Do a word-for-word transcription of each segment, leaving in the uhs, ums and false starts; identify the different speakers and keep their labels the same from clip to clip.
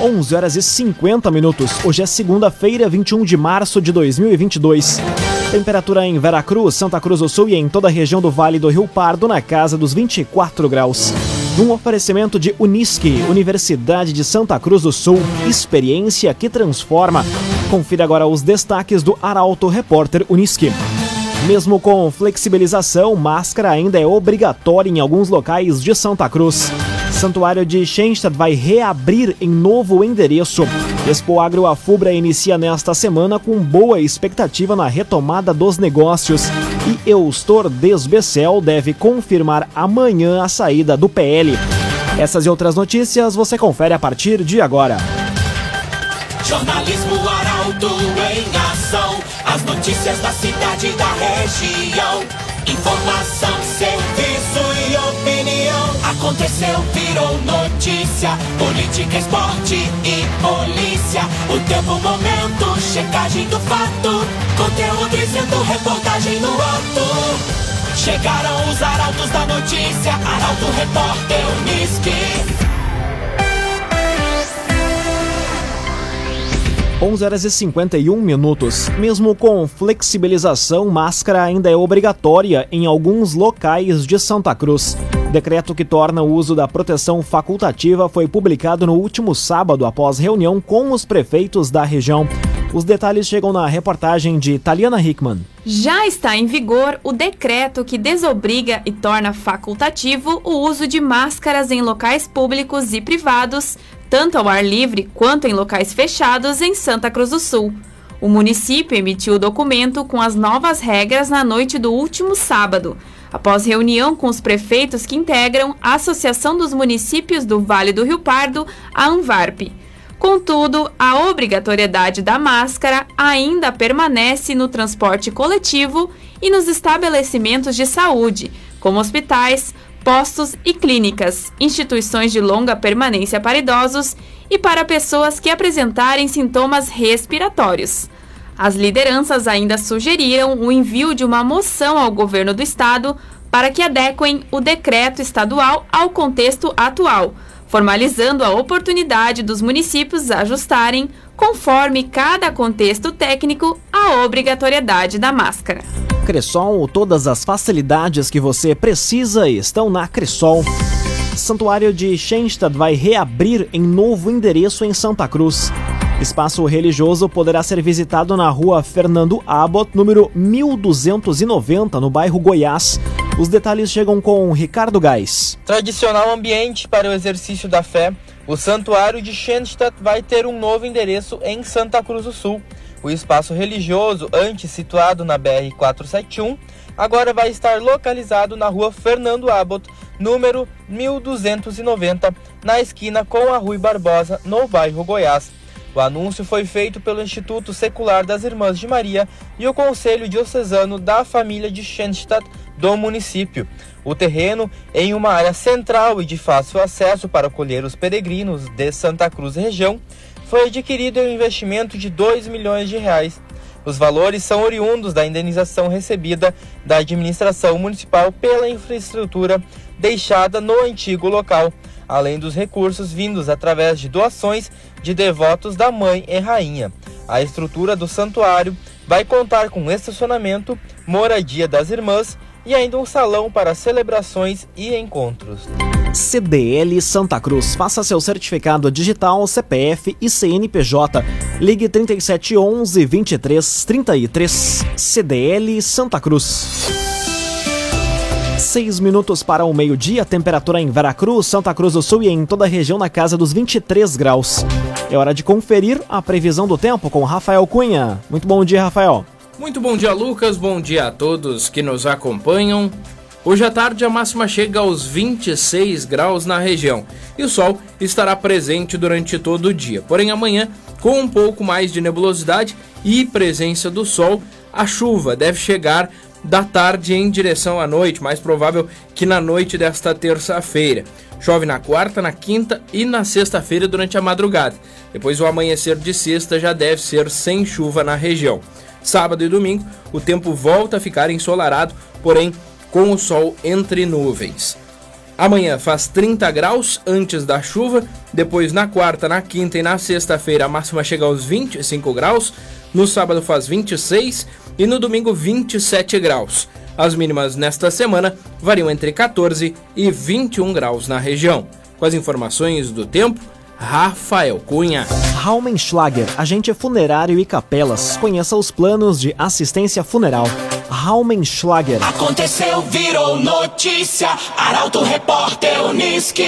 Speaker 1: onze horas e cinquenta minutos. Hoje é segunda-feira, vinte e um de março de dois mil e vinte e dois. Temperatura em Veracruz, Santa Cruz do Sul e em toda a região do Vale do Rio Pardo na casa dos vinte e quatro graus. Num oferecimento de Unisque, Universidade de Santa Cruz do Sul, experiência que transforma. Confira agora os destaques do Arauto Repórter Unisque. Mesmo com flexibilização, máscara ainda é obrigatória em alguns locais de Santa Cruz. Santuário de Schoenstatt vai reabrir em novo endereço. Expo Agro Afubra inicia nesta semana com boa expectativa na retomada dos negócios. E Eustor Desbecel deve confirmar amanhã a saída do P L. Essas e outras notícias você confere a partir de agora.
Speaker 2: Jornalismo Arauto em ação. As notícias da cidade e da região. Informação, serviço e opinião. Aconteceu, virou notícia. Política, esporte e polícia. O tempo, momento, checagem do fato. Conteúdo dizendo, reportagem no ato. Chegaram os arautos da notícia. Arauto, Repórter Unisque.
Speaker 1: onze horas e cinquenta e um minutos. Mesmo com flexibilização, máscara ainda é obrigatória em alguns locais de Santa Cruz. Decreto que torna o uso da proteção facultativa foi publicado no último sábado após reunião com os prefeitos da região. Os detalhes chegam na reportagem de Taliana Hickman.
Speaker 3: Já está em vigor o decreto que desobriga e torna facultativo o uso de máscaras em locais públicos e privados, tanto ao ar livre quanto em locais fechados em Santa Cruz do Sul. O município emitiu o documento com as novas regras na noite do último sábado, após reunião com os prefeitos que integram a Associação dos Municípios do Vale do Rio Pardo, a ANVARP. Contudo, a obrigatoriedade da máscara ainda permanece no transporte coletivo e nos estabelecimentos de saúde, como hospitais, postos e clínicas, instituições de longa permanência para idosos e para pessoas que apresentarem sintomas respiratórios. As lideranças ainda sugeriram o envio de uma moção ao governo do estado para que adequem o decreto estadual ao contexto atual, formalizando a oportunidade dos municípios ajustarem, conforme cada contexto técnico, a obrigatoriedade da máscara.
Speaker 1: Cressol, todas as facilidades que você precisa estão na Cressol. Santuário de Schoenstatt vai reabrir em novo endereço em Santa Cruz. Espaço religioso poderá ser visitado na rua Fernando Abbott, número mil duzentos e noventa, no bairro Goiás. Os detalhes chegam com Ricardo Gás.
Speaker 4: Tradicional ambiente para o exercício da fé, o Santuário de Schoenstatt vai ter um novo endereço em Santa Cruz do Sul. O espaço religioso, antes situado na B R quatrocentos e setenta e um, agora vai estar localizado na rua Fernando Abbott, número mil duzentos e noventa, na esquina com a Rui Barbosa, no bairro Goiás. O anúncio foi feito pelo Instituto Secular das Irmãs de Maria e o Conselho Diocesano da Família de Schoenstatt do município. O terreno, em uma área central e de fácil acesso para acolher os peregrinos de Santa Cruz região, foi adquirido em um investimento de dois milhões de reais. Os valores são oriundos da indenização recebida da administração municipal pela infraestrutura deixada no antigo local, além dos recursos vindos através de doações de devotos da Mãe e Rainha. A estrutura do santuário vai contar com estacionamento, moradia das irmãs e ainda um salão para celebrações e encontros.
Speaker 1: C D L Santa Cruz. Faça seu certificado digital, C P F e C N P J. Ligue trinta e sete onze, vinte e três, trinta e três. C D L Santa Cruz. Seis minutos para o meio-dia, temperatura em Veracruz, Santa Cruz do Sul e em toda a região na casa dos vinte e três graus. É hora de conferir a previsão do tempo com Rafael Cunha. Muito bom dia, Rafael.
Speaker 5: Muito bom dia, Lucas. Bom dia a todos que nos acompanham. Hoje à tarde a máxima chega aos vinte e seis graus na região e o sol estará presente durante todo o dia. Porém amanhã, com um pouco mais de nebulosidade e presença do sol, a chuva deve chegar da tarde em direção à noite, mais provável que na noite desta terça-feira. Chove na quarta, na quinta e na sexta-feira durante a madrugada. Depois o amanhecer de sexta já deve ser sem chuva na região. Sábado e domingo o tempo volta a ficar ensolarado, porém com o sol entre nuvens. Amanhã faz trinta graus antes da chuva, depois na quarta, na quinta e na sexta-feira a máxima chega aos vinte e cinco graus, no sábado faz vinte e seis e no domingo vinte e sete graus. As mínimas nesta semana variam entre quatorze e vinte e um graus na região. Com as informações do tempo, Rafael Cunha.
Speaker 1: Raumenschlager, agente funerário e capelas. Conheça os planos de assistência funeral. Raumenschlager.
Speaker 2: Aconteceu, virou notícia. Arauto Repórter Unisque.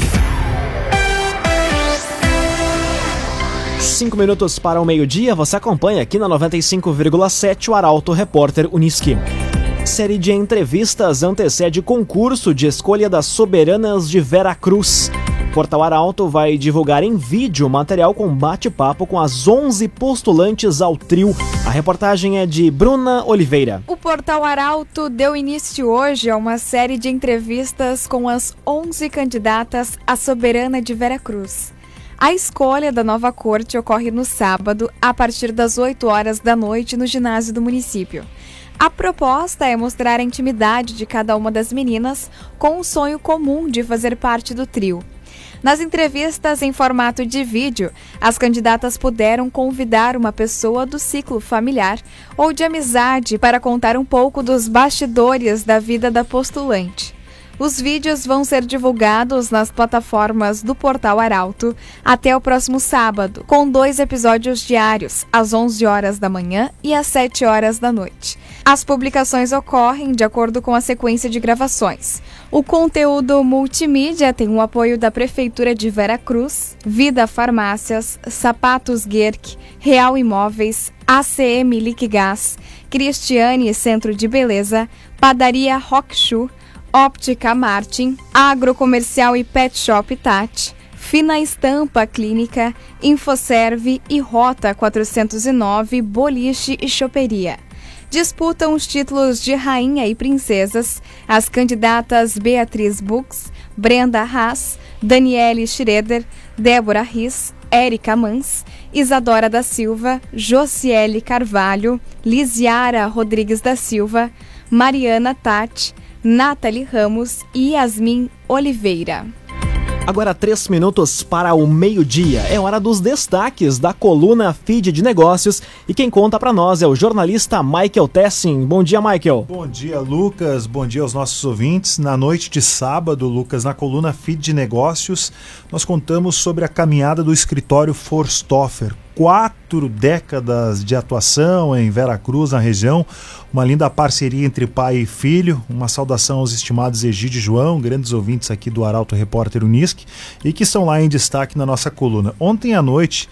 Speaker 1: Cinco minutos para o meio-dia, você acompanha aqui na noventa e cinco vírgula sete o Arauto Repórter Unisque. Série de entrevistas antecede concurso de escolha das soberanas de Veracruz. O Portal Arauto vai divulgar em vídeo material com bate-papo com as onze postulantes ao trio. A reportagem é de Bruna Oliveira.
Speaker 6: O Portal Arauto deu início hoje a uma série de entrevistas com as onze candidatas à soberana de Veracruz. A escolha da nova corte ocorre no sábado, a partir das oito horas da noite, no ginásio do município. A proposta é mostrar a intimidade de cada uma das meninas com o sonho comum de fazer parte do trio. Nas entrevistas em formato de vídeo, as candidatas puderam convidar uma pessoa do ciclo familiar ou de amizade para contar um pouco dos bastidores da vida da postulante. Os vídeos vão ser divulgados nas plataformas do Portal Arauto até o próximo sábado, com dois episódios diários, às onze horas da manhã e às sete horas da noite. As publicações ocorrem de acordo com a sequência de gravações. O conteúdo multimídia tem o apoio da Prefeitura de Veracruz, Vida Farmácias, Sapatos Guerc, Real Imóveis, A C M Liquigás, Cristiane Centro de Beleza, Padaria Rock Shoe, Óptica Martin, Agrocomercial e Pet Shop Tati, Fina Estampa Clínica, Infoserve e Rota quatrocentos e nove Boliche e Choperia. Disputam os títulos de Rainha e Princesas as candidatas Beatriz Bux, Brenda Haas, Daniele Schroeder, Débora Riz, Érica Mans, Isadora da Silva, Josiele Carvalho, Lisiara Rodrigues da Silva, Mariana Tati, Nathalie Ramos e Yasmin Oliveira.
Speaker 1: Agora três minutos para o meio-dia. É hora dos destaques da coluna Feed de Negócios. E quem conta para nós é o jornalista Michael Tessin. Bom dia, Michael.
Speaker 7: Bom dia, Lucas. Bom dia aos nossos ouvintes. Na noite de sábado, Lucas, na coluna Feed de Negócios, nós contamos sobre a caminhada do escritório Forstoffer. Quatro décadas de atuação em Veracruz, na região, uma linda parceria entre pai e filho. Uma saudação aos estimados Egídio e João, grandes ouvintes aqui do Arauto Repórter Unisque, e que estão lá em destaque na nossa coluna. Ontem à noite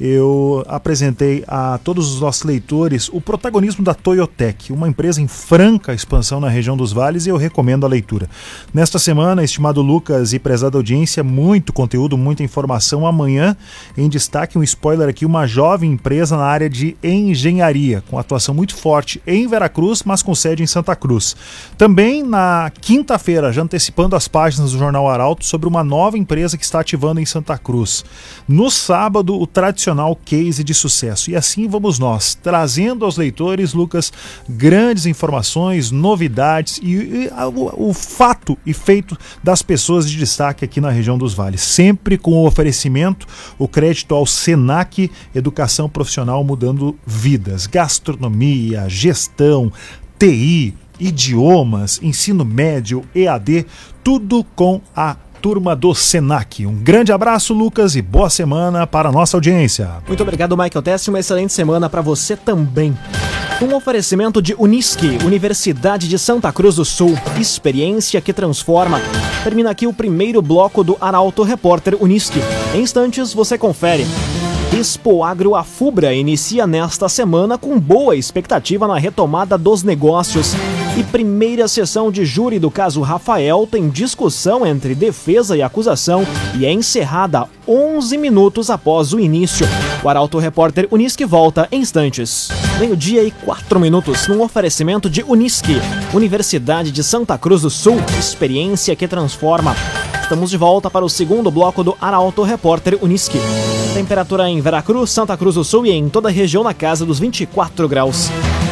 Speaker 7: eu apresentei a todos os nossos leitores o protagonismo da Toyotec, uma empresa em franca expansão na região dos vales, e eu recomendo a leitura. Nesta semana, estimado Lucas e prezada audiência, muito conteúdo, muita informação. Amanhã, em destaque, um spoiler aqui, uma jovem empresa na área de engenharia, com atuação muito forte em Veracruz, mas com sede em Santa Cruz. Também na quinta-feira, já antecipando as páginas do Jornal Arauto, sobre uma nova empresa que está ativando em Santa Cruz. No sábado, o tradicional case de sucesso. E assim vamos nós, trazendo aos leitores, Lucas, grandes informações, novidades e, e a, o, o fato e feito das pessoas de destaque aqui na região dos vales. Sempre com o oferecimento, o crédito ao Senac, educação profissional mudando vidas, gastronomia, gestão, T I, idiomas, ensino médio, E A D, tudo com a turma do Senac. Um grande abraço, Lucas, e boa semana para a nossa audiência.
Speaker 1: Muito obrigado, Michael Tessin. Uma excelente semana para você também. Um oferecimento de Unisque, Universidade de Santa Cruz do Sul, experiência que transforma. Termina aqui o primeiro bloco do Arauto Repórter Unisque. Em instantes você confere. Expo Agro Afubra inicia nesta semana com boa expectativa na retomada dos negócios. E primeira sessão de júri do caso Rafael tem discussão entre defesa e acusação e é encerrada onze minutos após o início. O Arauto Repórter Unisque volta em instantes. Meio-dia e quatro minutos num oferecimento de Unisque, Universidade de Santa Cruz do Sul, experiência que transforma. Estamos de volta para o segundo bloco do Arauto Repórter Unisque. Temperatura em Veracruz, Santa Cruz do Sul e em toda a região na casa dos vinte e quatro graus.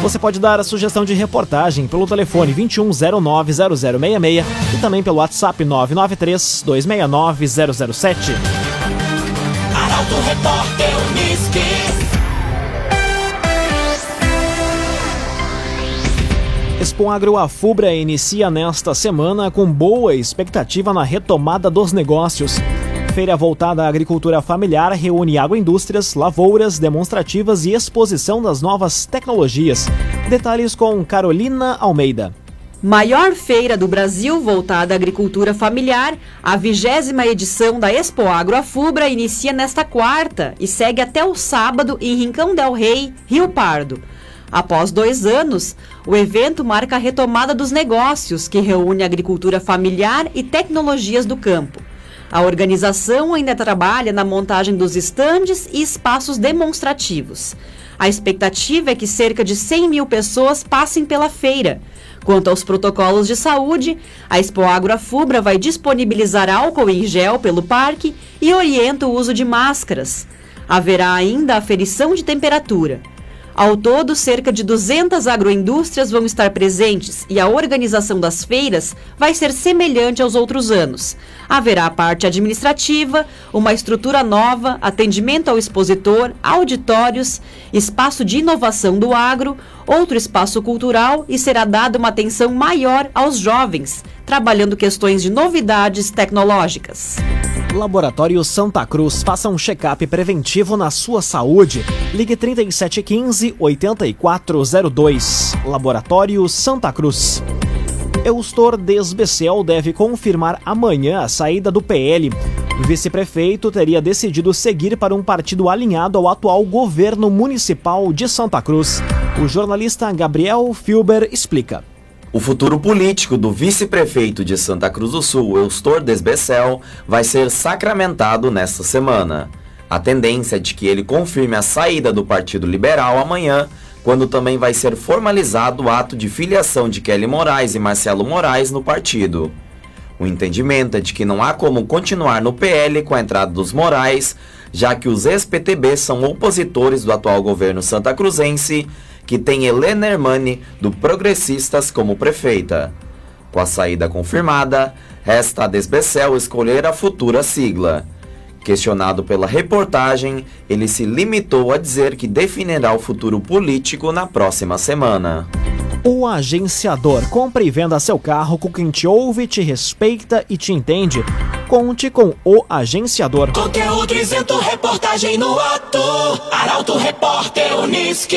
Speaker 1: Você pode dar a sugestão de reportagem pelo telefone vinte e um zero nove zero zero seis seis e também pelo WhatsApp nove nove três dois seis nove zero zero sete.
Speaker 2: Arauto Repórter Unisque.
Speaker 1: Expo Agro Afubra inicia nesta semana com boa expectativa na retomada dos negócios. Feira voltada à agricultura familiar reúne agroindústrias, lavouras, demonstrativas e exposição das novas tecnologias. Detalhes com Carolina Almeida.
Speaker 8: Maior feira do Brasil voltada à agricultura familiar, a vigésima edição da Expo Agro Afubra inicia nesta quarta e segue até o sábado em Rincão del Rei, Rio Pardo. Após dois anos, o evento marca a retomada dos negócios, que reúne a agricultura familiar e tecnologias do campo. A organização ainda trabalha na montagem dos estandes e espaços demonstrativos. A expectativa é que cerca de cem mil pessoas passem pela feira. Quanto aos protocolos de saúde, a Expo Agro Afubra vai disponibilizar álcool em gel pelo parque e orienta o uso de máscaras. Haverá ainda aferição de temperatura. Ao todo, cerca de duzentas agroindústrias vão estar presentes e a organização das feiras vai ser semelhante aos outros anos. Haverá a parte administrativa, uma estrutura nova, atendimento ao expositor, auditórios, espaço de inovação do agro, outro espaço cultural e será dada uma atenção maior aos jovens, trabalhando questões de novidades tecnológicas.
Speaker 1: Laboratório Santa Cruz, faça um check-up preventivo na sua saúde. Ligue trinta e sete quinze, oitenta e quatro zero dois. Laboratório Santa Cruz. Eustor Desbecel deve confirmar amanhã a saída do P L. O vice-prefeito teria decidido seguir para um partido alinhado ao atual governo municipal de Santa Cruz. O jornalista Gabriel Filber explica.
Speaker 9: O futuro político do vice-prefeito de Santa Cruz do Sul, Eustor Desbecel, vai ser sacramentado nesta semana. A tendência é de que ele confirme a saída do Partido Liberal amanhã, quando também vai ser formalizado o ato de filiação de Kelly Moraes e Marcelo Moraes no partido. O entendimento é de que não há como continuar no P L com a entrada dos Moraes, já que os ex-P T B são opositores do atual governo santacruzense, que tem Helena Hermani, do Progressistas, como prefeita. Com a saída confirmada, resta a Desbecel escolher a futura sigla. Questionado pela reportagem, ele se limitou a dizer que definirá o futuro político na próxima semana.
Speaker 1: O Agenciador. Compre e venda seu carro com quem te ouve, te respeita e te entende. Conte com o Agenciador.
Speaker 2: Conteúdo isento, reportagem no ato. Arauto Repórter Unisque.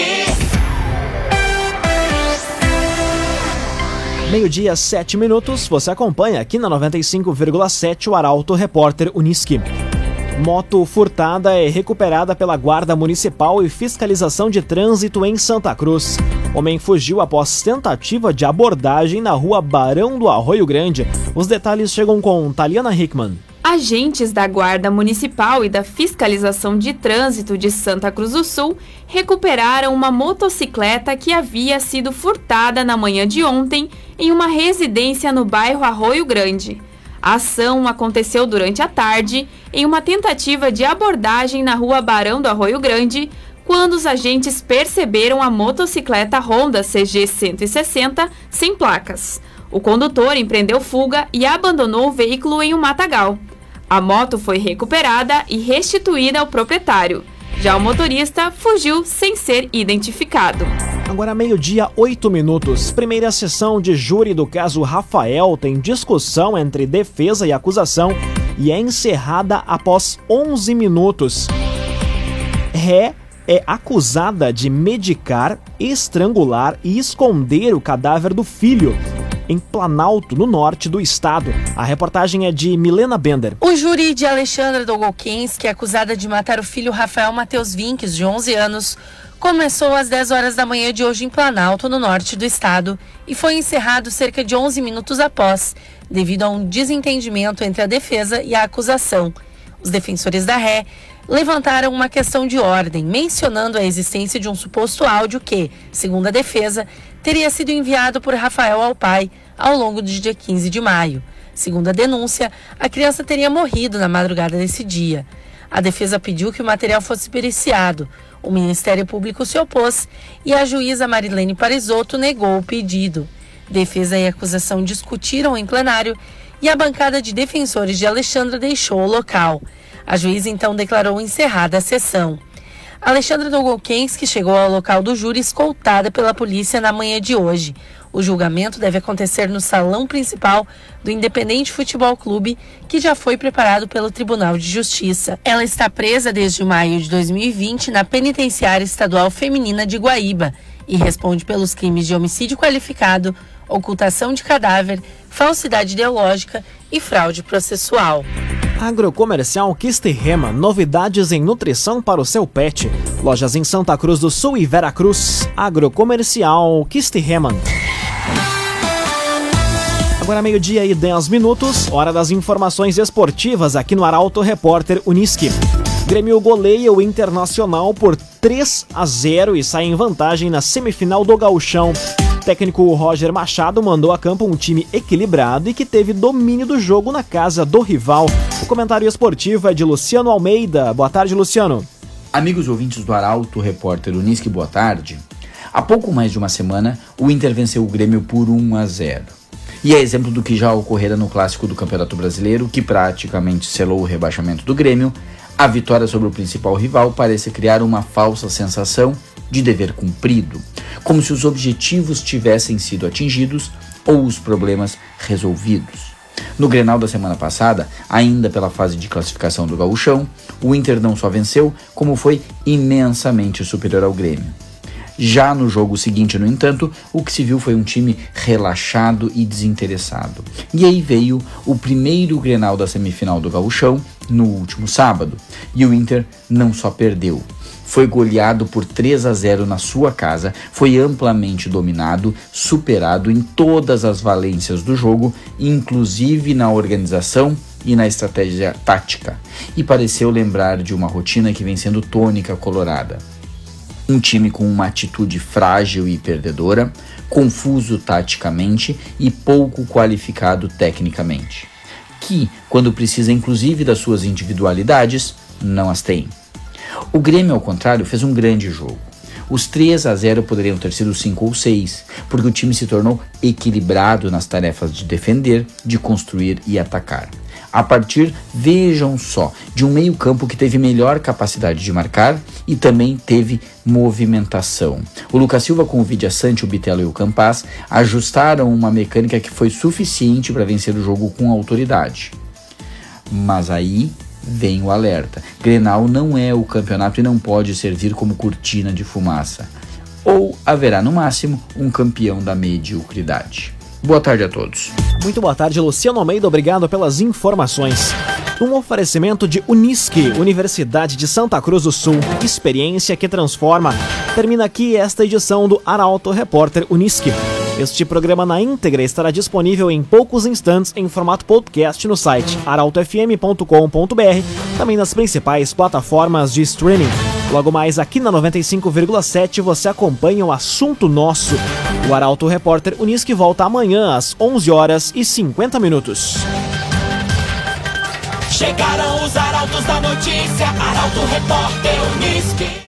Speaker 1: Meio-dia, sete minutos. Você acompanha aqui na noventa e cinco vírgula sete o Arauto Repórter Unisque. Moto furtada é recuperada pela Guarda Municipal e Fiscalização de Trânsito em Santa Cruz. Homem fugiu após tentativa de abordagem na rua Barão do Arroio Grande. Os detalhes chegam com Taliana Hickman.
Speaker 3: Agentes da Guarda Municipal e da Fiscalização de Trânsito de Santa Cruz do Sul recuperaram uma motocicleta que havia sido furtada na manhã de ontem em uma residência no bairro Arroio Grande. A ação aconteceu durante a tarde em uma tentativa de abordagem na rua Barão do Arroio Grande, quando os agentes perceberam a motocicleta Honda C G cento e sessenta sem placas. O condutor empreendeu fuga e abandonou o veículo em um matagal. A moto foi recuperada e restituída ao proprietário. Já o motorista fugiu sem ser identificado.
Speaker 1: Agora meio-dia, oito minutos. Primeira sessão de júri do caso Rafael tem discussão entre defesa e acusação e é encerrada após onze minutos. Ré é acusada de medicar, estrangular e esconder o cadáver do filho em Planalto, no norte do estado. A reportagem é de Milena Bender.
Speaker 10: O júri de Alexandra Dogolkins, que é acusada de matar o filho Rafael Matheus Vinques, de onze anos, começou às dez horas da manhã de hoje em Planalto, no norte do estado, e foi encerrado cerca de onze minutos após, devido a um desentendimento entre a defesa e a acusação. Os defensores da ré levantaram uma questão de ordem, mencionando a existência de um suposto áudio que, segundo a defesa, teria sido enviado por Rafael ao pai ao longo do dia quinze de maio. Segundo a denúncia, a criança teria morrido na madrugada desse dia. A defesa pediu que o material fosse periciado. O Ministério Público se opôs e a juíza Marilene Parisotto negou o pedido. Defesa e acusação discutiram em plenário e a bancada de defensores de Alexandra deixou o local. A juíza então declarou encerrada a sessão. Alexandra Dolgokenski chegou ao local do júri escoltada pela polícia na manhã de hoje. O julgamento deve acontecer no salão principal do Independente Futebol Clube, que já foi preparado pelo Tribunal de Justiça. Ela está presa desde maio de dois mil e vinte na Penitenciária Estadual Feminina de Guaíba e responde pelos crimes de homicídio qualificado, ocultação de cadáver, falsidade ideológica e fraude processual.
Speaker 1: Agrocomercial Kisterema, novidades em nutrição para o seu pet. Lojas em Santa Cruz do Sul e Veracruz. Agrocomercial Kisterema. Agora meio-dia e dez minutos, hora das informações esportivas aqui no Arauto Repórter Unisque. Grêmio goleia o Internacional por três a zero e sai em vantagem na semifinal do Gauchão. O técnico Roger Machado mandou a campo um time equilibrado e que teve domínio do jogo na casa do rival. O comentário esportivo é de Luciano Almeida. Boa tarde, Luciano.
Speaker 11: Amigos ouvintes do Arauto Repórter Unisque, boa tarde. Há pouco mais de uma semana, o Inter venceu o Grêmio por um a zero. E é exemplo do que já ocorrera no clássico do Campeonato Brasileiro, que praticamente selou o rebaixamento do Grêmio. A vitória sobre o principal rival parece criar uma falsa sensação de dever cumprido, como se os objetivos tivessem sido atingidos ou os problemas resolvidos. No Grenal da semana passada, ainda pela fase de classificação do Gauchão, o Inter não só venceu, como foi imensamente superior ao Grêmio. Já no jogo seguinte, no entanto, o que se viu foi um time relaxado e desinteressado. E aí veio o primeiro Grenal da semifinal do Gauchão, no último sábado, e o Inter não só perdeu. Foi goleado por três a zero na sua casa, foi amplamente dominado, superado em todas as valências do jogo, inclusive na organização e na estratégia tática, e pareceu lembrar de uma rotina que vem sendo tônica colorada. Um time com uma atitude frágil e perdedora, confuso taticamente e pouco qualificado tecnicamente, que, quando precisa inclusive das suas individualidades, não as tem. O Grêmio, ao contrário, fez um grande jogo. Os três a zero poderiam ter sido cinco ou seis, porque o time se tornou equilibrado nas tarefas de defender, de construir e atacar. A partir, vejam só, de um meio-campo que teve melhor capacidade de marcar e também teve movimentação. O Lucas Silva com o Vidia Sante, o Bitelo e o Campas ajustaram uma mecânica que foi suficiente para vencer o jogo com autoridade. Mas aí vem o alerta. Grenal não é o campeonato e não pode servir como cortina de fumaça. Ou haverá, no máximo, um campeão da mediocridade. Boa tarde a todos.
Speaker 1: Muito boa tarde, Luciano Almeida. Obrigado pelas informações. Um oferecimento de Unisque, Universidade de Santa Cruz do Sul. Experiência que transforma. Termina aqui esta edição do Arauto Repórter Unisque. Este programa na íntegra estará disponível em poucos instantes em formato podcast no site arauto f m ponto com ponto b r, também nas principais plataformas de streaming. Logo mais aqui na noventa e cinco vírgula sete você acompanha o Assunto Nosso. O Arauto Repórter Unisque volta amanhã às onze horas e cinquenta minutos.
Speaker 2: Chegaram os arautos da notícia, Arauto Repórter Unisque.